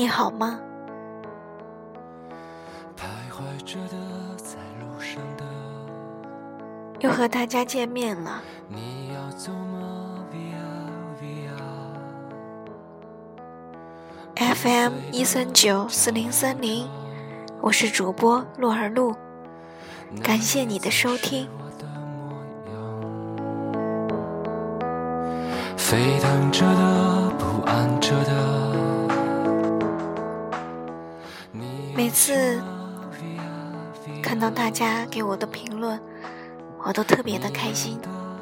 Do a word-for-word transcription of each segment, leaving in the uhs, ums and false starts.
你好吗？又和大家见面了。F M 一三九四零三零，我是主播洛儿露，感谢你的收听。 沸腾着的，不安着的。 每次看到大家给我的评论，我都特别的开心。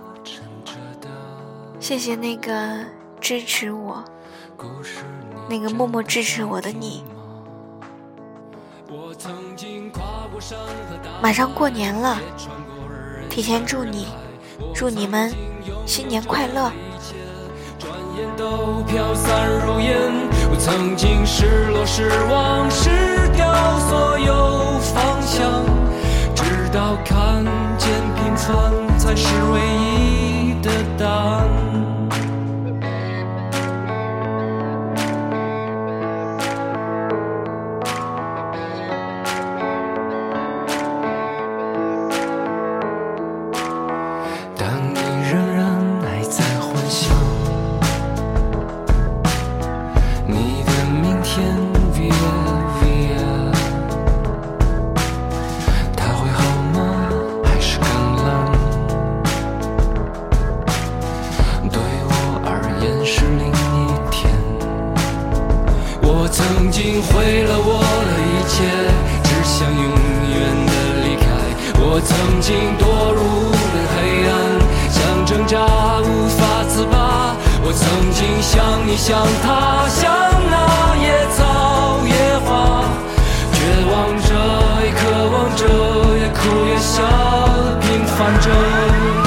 谢谢那个支持我，那个默默支持我的你。马上过年了，提前祝你，祝你们新年快乐。 都飘散如烟，我曾经失落失望失掉所有方向，直到看见平凡才是唯一的答案。当你仍然还在幻想你的明天 via via， 它会好吗？还是更冷？对我而言是另一天。我曾经毁了我的一切，只想永远的离开。我曾经堕入了黑暗，想挣扎无法自拔。我曾经像你像他像那野草野花，绝望着也渴望着，也哭也笑平凡着。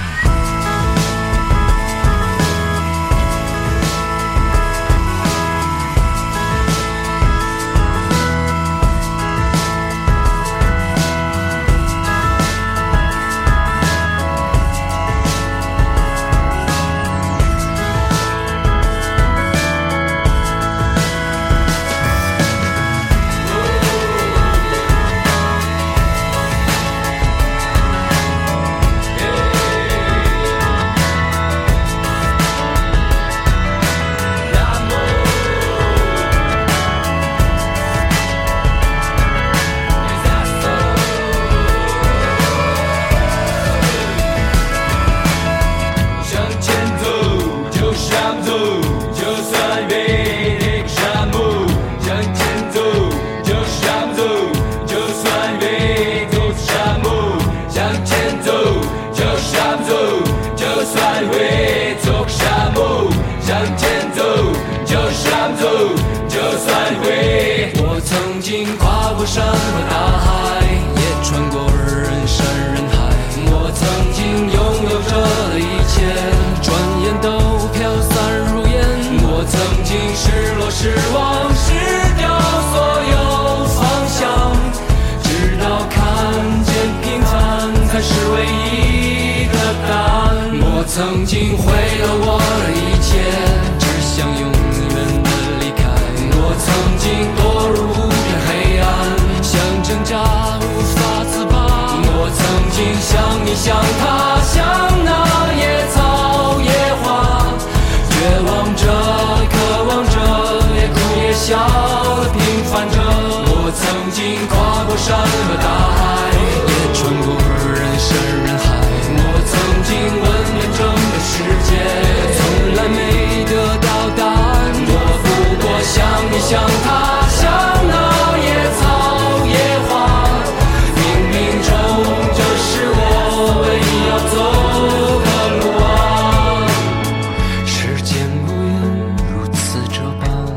我曾经跨过山和大海，也穿过人山人海。我曾经拥有着的一切，转眼都飘散如烟。我曾经失落失望失掉所有方向，直到看见平凡才是唯一的答案。我曾经毁了我的一切，只想永远的离开。我曾经堕入了黑暗，想挣扎无法自拔。我曾经像你像他像那野草野花，绝望着渴望着，也哭也笑平凡着。我曾经跨过山和大海，也穿过人山人海。我曾经问遍整个世界，从来没得到答案。我不过像你像他像那野草野花，冥冥中这是我唯一要走的路啊。时间无言如此这般，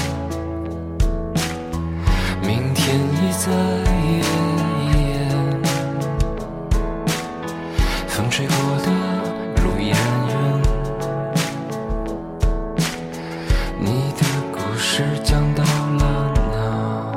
明天已在风吹过的路依然远，你的故事讲到了哪？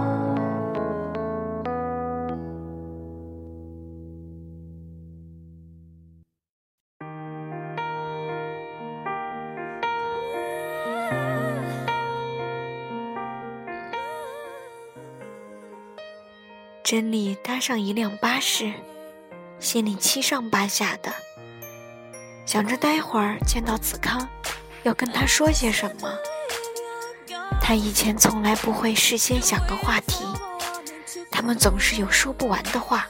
真理搭上一辆巴士，心里七上八下的，想着待会儿见到子康要跟他说些什么。他以前从来不会事先想个话题，他们总是有说不完的话。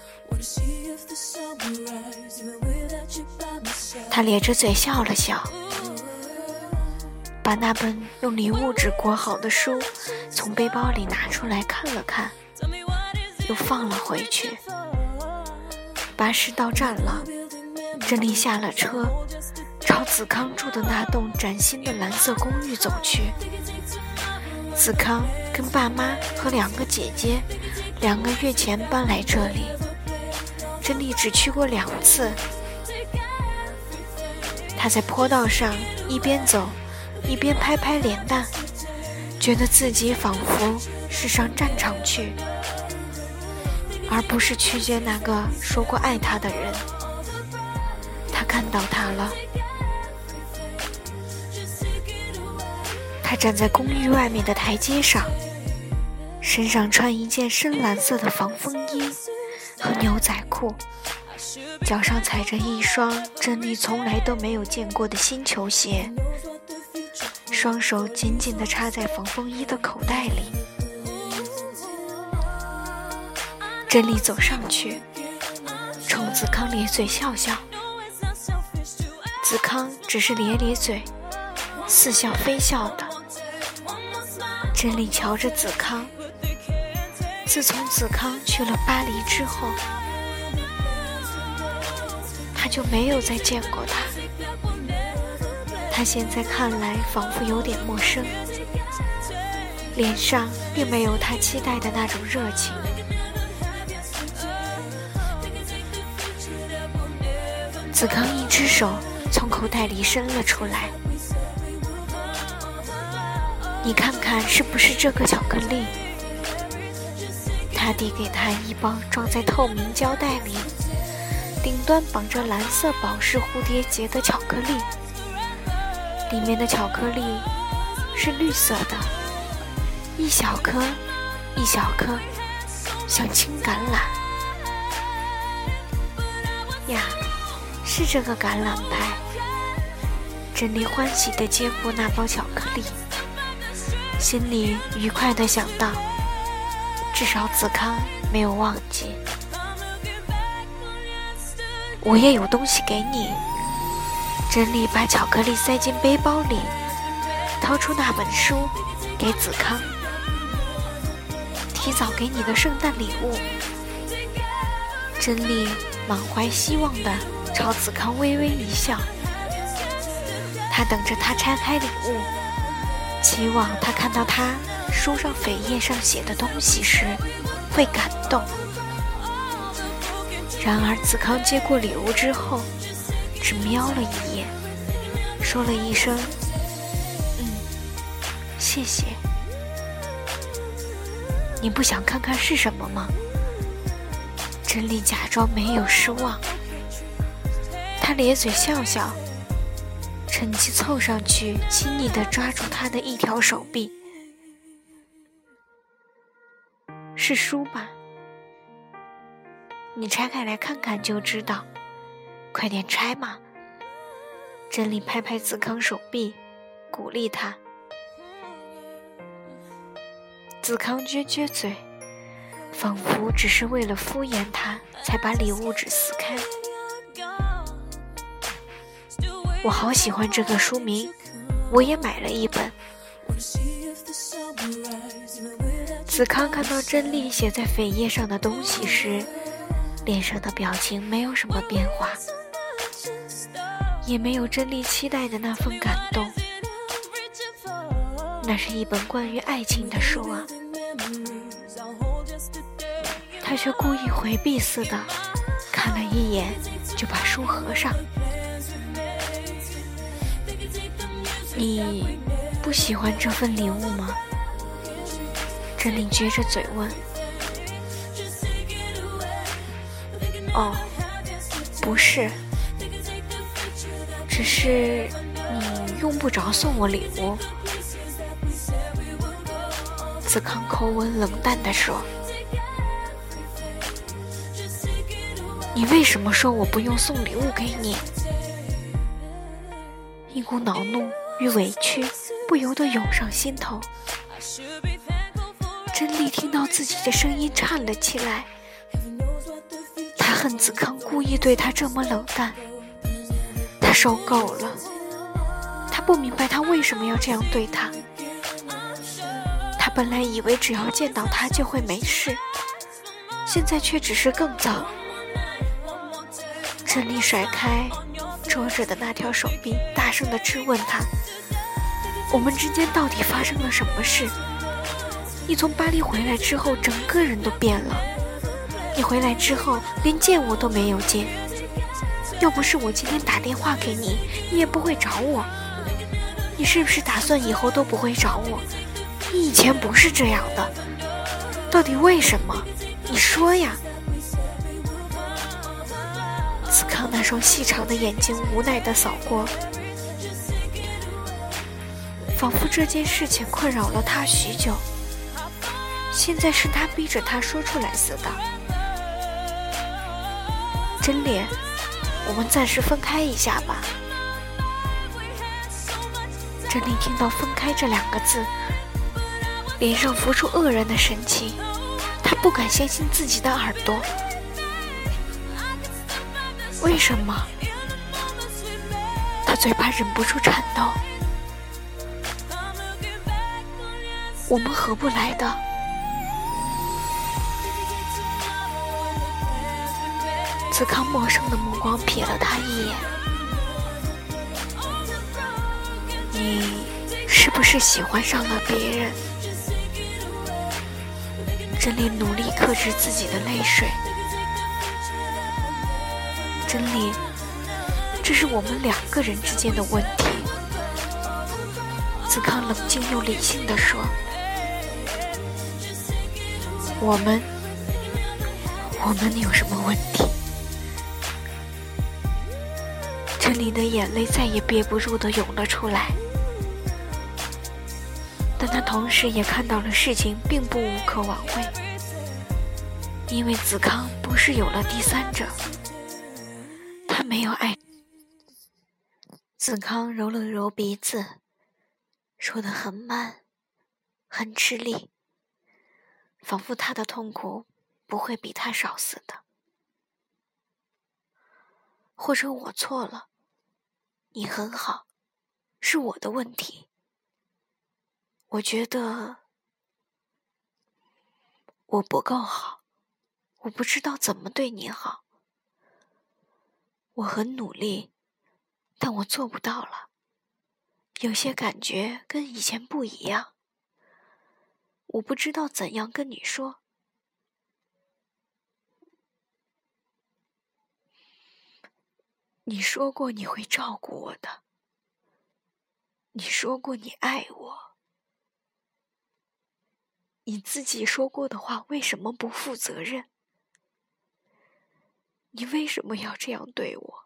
他咧着嘴笑了笑，把那本用礼物纸裹好的书从背包里拿出来看了看，又放了回去。巴士到站了，真理下了车，朝子康住的那栋崭新的蓝色公寓走去。子康跟爸妈和两个姐姐两个月前搬来这里，真理只去过两次。他在坡道上一边走一边拍拍脸蛋，觉得自己仿佛是上战场去，而不是去见那个说过爱他的人。他看到他了，他站在公寓外面的台阶上，身上穿一件深蓝色的防风衣和牛仔裤，脚上踩着一双真理从来都没有见过的新球鞋，双手紧紧地插在防风衣的口袋里。真理走上去，冲子康咧嘴笑笑，子康只是咧咧嘴，似笑非笑的。真理瞧着子康，自从子康去了巴黎之后，他就没有再见过他。他现在看来仿佛有点陌生，脸上并没有他期待的那种热情。子康一只手从口袋里伸了出来，你看看是不是这个巧克力？他递给他一包装在透明胶带里，顶端绑着蓝色宝石蝴蝶结的巧克力，里面的巧克力是绿色的，一小颗一小颗，像青橄榄呀，是这个橄榄派。真理欢喜地接过那包巧克力，心里愉快地想到，至少子康没有忘记。我也有东西给你。真理把巧克力塞进背包里，掏出那本书给子康，提早给你的圣诞礼物。真理满怀希望地朝子康微微一笑，他等着他拆开礼物，期望他看到他书上扉页上写的东西时会感动。然而子康接过礼物之后，只瞄了一眼，说了一声嗯，谢谢。你不想看看是什么吗？真理假装没有失望，他咧嘴笑笑，趁机凑上去亲昵地抓住他的一条手臂。是书吧？你拆开来看看就知道，快点拆嘛。真理拍拍子康手臂，鼓励他。子康撅撅嘴，仿佛只是为了敷衍他才把礼物纸撕开。我好喜欢这个书名，我也买了一本。子康看到真理写在扉页上的东西时，脸上的表情没有什么变化，也没有真理期待的那份感动。那是一本关于爱情的书啊，他却故意回避似的看了一眼，就把书合上。你不喜欢这份礼物吗？真理撅着嘴问。哦，不是，只是你用不着送我礼物。子康口吻冷淡地说。 你为什么说我不用送礼物给你？一股恼怒与委屈不由得涌上心头。真丽听到自己的声音颤了起来，她恨子康故意对她这么冷淡，她受够了。她不明白他为什么要这样对她。她本来以为只要见到他就会没事，现在却只是更糟。真丽甩开捉着的那条手臂，大声地质问他：我们之间到底发生了什么事？你从巴黎回来之后整个人都变了，你回来之后连见我都没有见，要不是我今天打电话给你，你也不会找我。你是不是打算以后都不会找我？你以前不是这样的，到底为什么？你说呀。子康那双细长的眼睛无奈地扫过，仿佛这件事情困扰了他许久，现在是他逼着他说出来似的。真烈，我们暂时分开一下吧。真丽听到分开这两个字，脸上浮出愕然的神情，她不敢相信自己的耳朵。为什么？他嘴巴忍不住颤抖。我们合不来的。子康陌生的目光瞥了他一眼。你是不是喜欢上了别人？真丽努力克制自己的泪水。真理，这是我们两个人之间的问题。子康冷静又理性地说：我们我们有什么问题？真理的眼泪再也憋不住地涌了出来，但他同时也看到了事情并不无可挽回，因为子康不是有了第三者，他没有爱。子康揉了揉鼻子，说得很慢，很吃力，仿佛他的痛苦不会比他少似的。或者我错了，你很好，是我的问题。我觉得我不够好，我不知道怎么对你好。我很努力，但我做不到了。有些感觉跟以前不一样，我不知道怎样跟你说。你说过你会照顾我的，你说过你爱我，你自己说过的话为什么不负责任？你为什么要这样对我？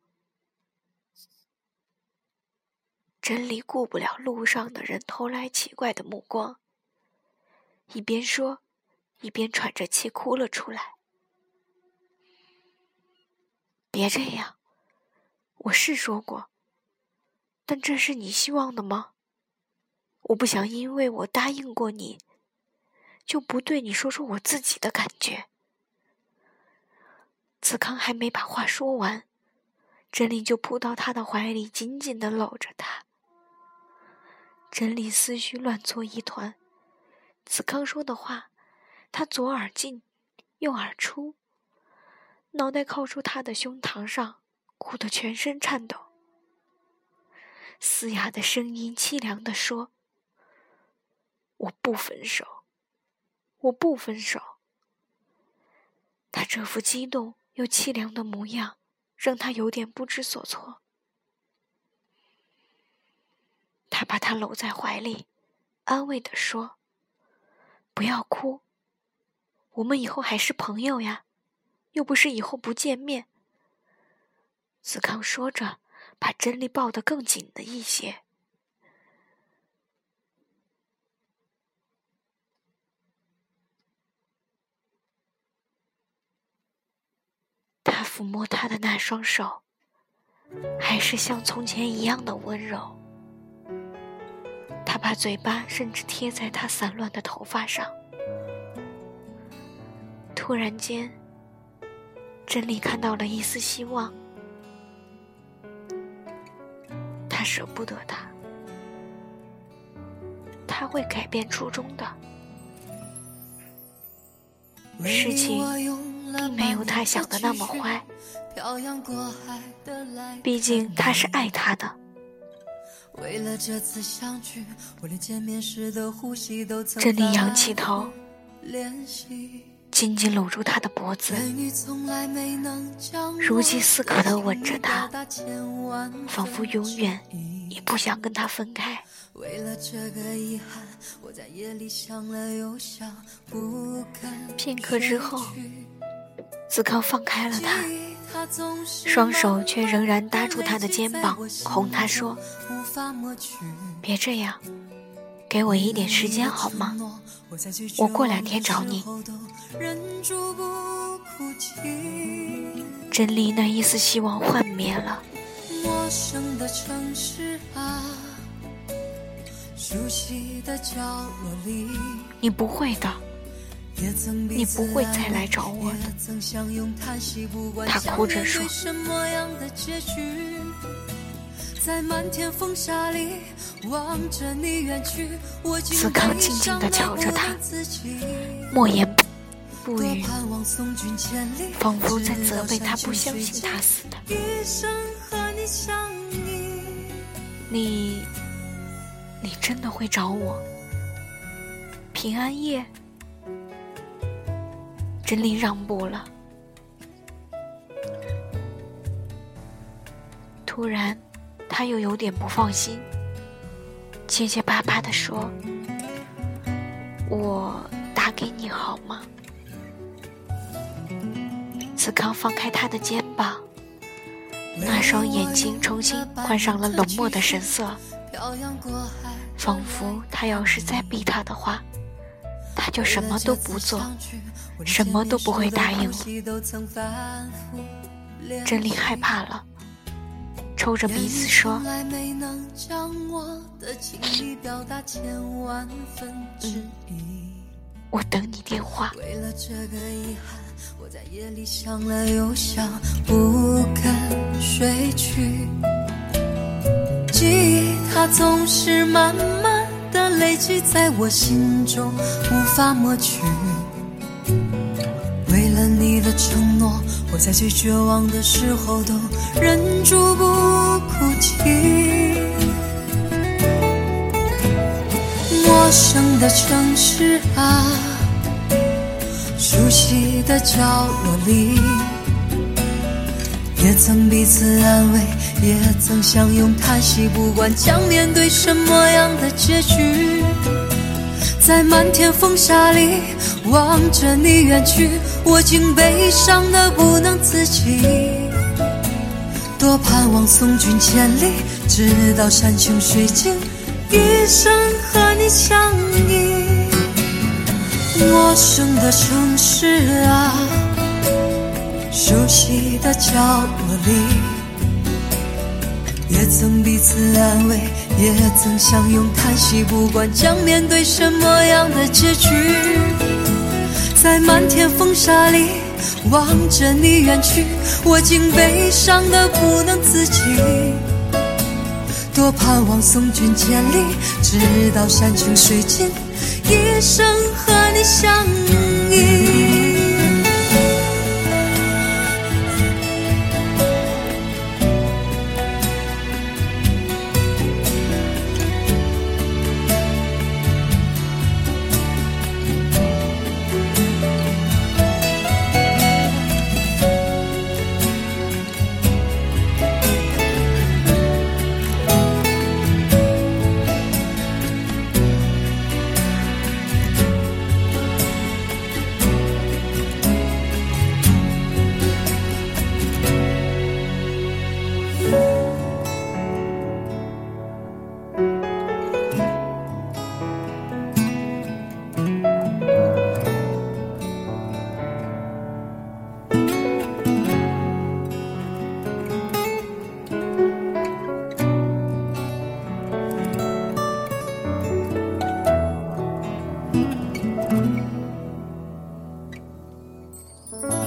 真理顾不了路上的人投来奇怪的目光，一边说一边喘着气哭了出来。别这样，我是说过，但这是你希望的吗？我不想因为我答应过你，就不对你说出我自己的感觉。子康还没把话说完，真理就扑到他的怀里，紧紧地搂着他。真理思绪乱作一团，子康说的话，他左耳进右耳出，脑袋靠住他的胸膛上，哭得全身颤抖。嘶哑的声音凄凉地说：我不分手，我不分手。他这副激动又凄凉的模样，让他有点不知所措。他把他搂在怀里，安慰地说：不要哭，我们以后还是朋友呀，又不是以后不见面。子康说着，把真理抱得更紧了一些。他抚摸他的那双手还是像从前一样的温柔。他把嘴巴甚至贴在他散乱的头发上。突然间，珍妮看到了一丝希望。他舍不得他，他会改变初衷的。事情并没有他想的那么坏，毕竟他是爱他的。 为了这次相聚，我连见面时的呼吸都曾珍妮仰起头， 练习， 紧紧搂住他的脖子，如饥似渴地吻着他，仿佛永远也不想跟他分开。 为了这个遗憾，我在夜里想了又想，不敢。 片刻之后，子康放开了他，双手却仍然搭住他的肩膀，哄他说：别这样，给我一点时间好吗？我过两天找你。珍妮那一丝希望幻灭了。 陌生的城市啊，熟悉的角落里， 你不会的，你不会再来找我的。他哭着说。在漫天风沙里望着你远去， 子康静静地瞧着他，默言不语，仿佛在责备他不相信他死的。你你真的会找我？平安夜？珍妮让步了。突然他又有点不放心，结结巴巴地说：我打给你好吗？子康放开他的肩膀，那双眼睛重新换上了冷漠的神色，仿佛他要是再逼他的话，他就什么都不做，什么都不会答应了。珍妮害怕了，抽着鼻子说：嗯，我等你电话。 为了这个遗憾，我在夜里想了又想，不敢睡去。记忆它总是慢慢的累积在我心中，无法抹去。为了你的承诺，我在最绝望的时候都忍住不哭泣。陌生的城市啊，熟悉的角落里，也曾彼此安慰，也曾相拥叹息，不管将面对什么样的结局。在漫天风沙里望着你远去，我竟悲伤得不能自己。多盼望送君千里，直到山穷水尽，一生和你相依。陌生的城市啊，熟悉的角落里，也曾彼此安慰，也曾相拥叹息，不管将面对什么样的结局。在漫天风沙里望着你远去，我竟悲伤得不能自己。多盼望送君千里，直到山穷水尽，一生和你相依。 我。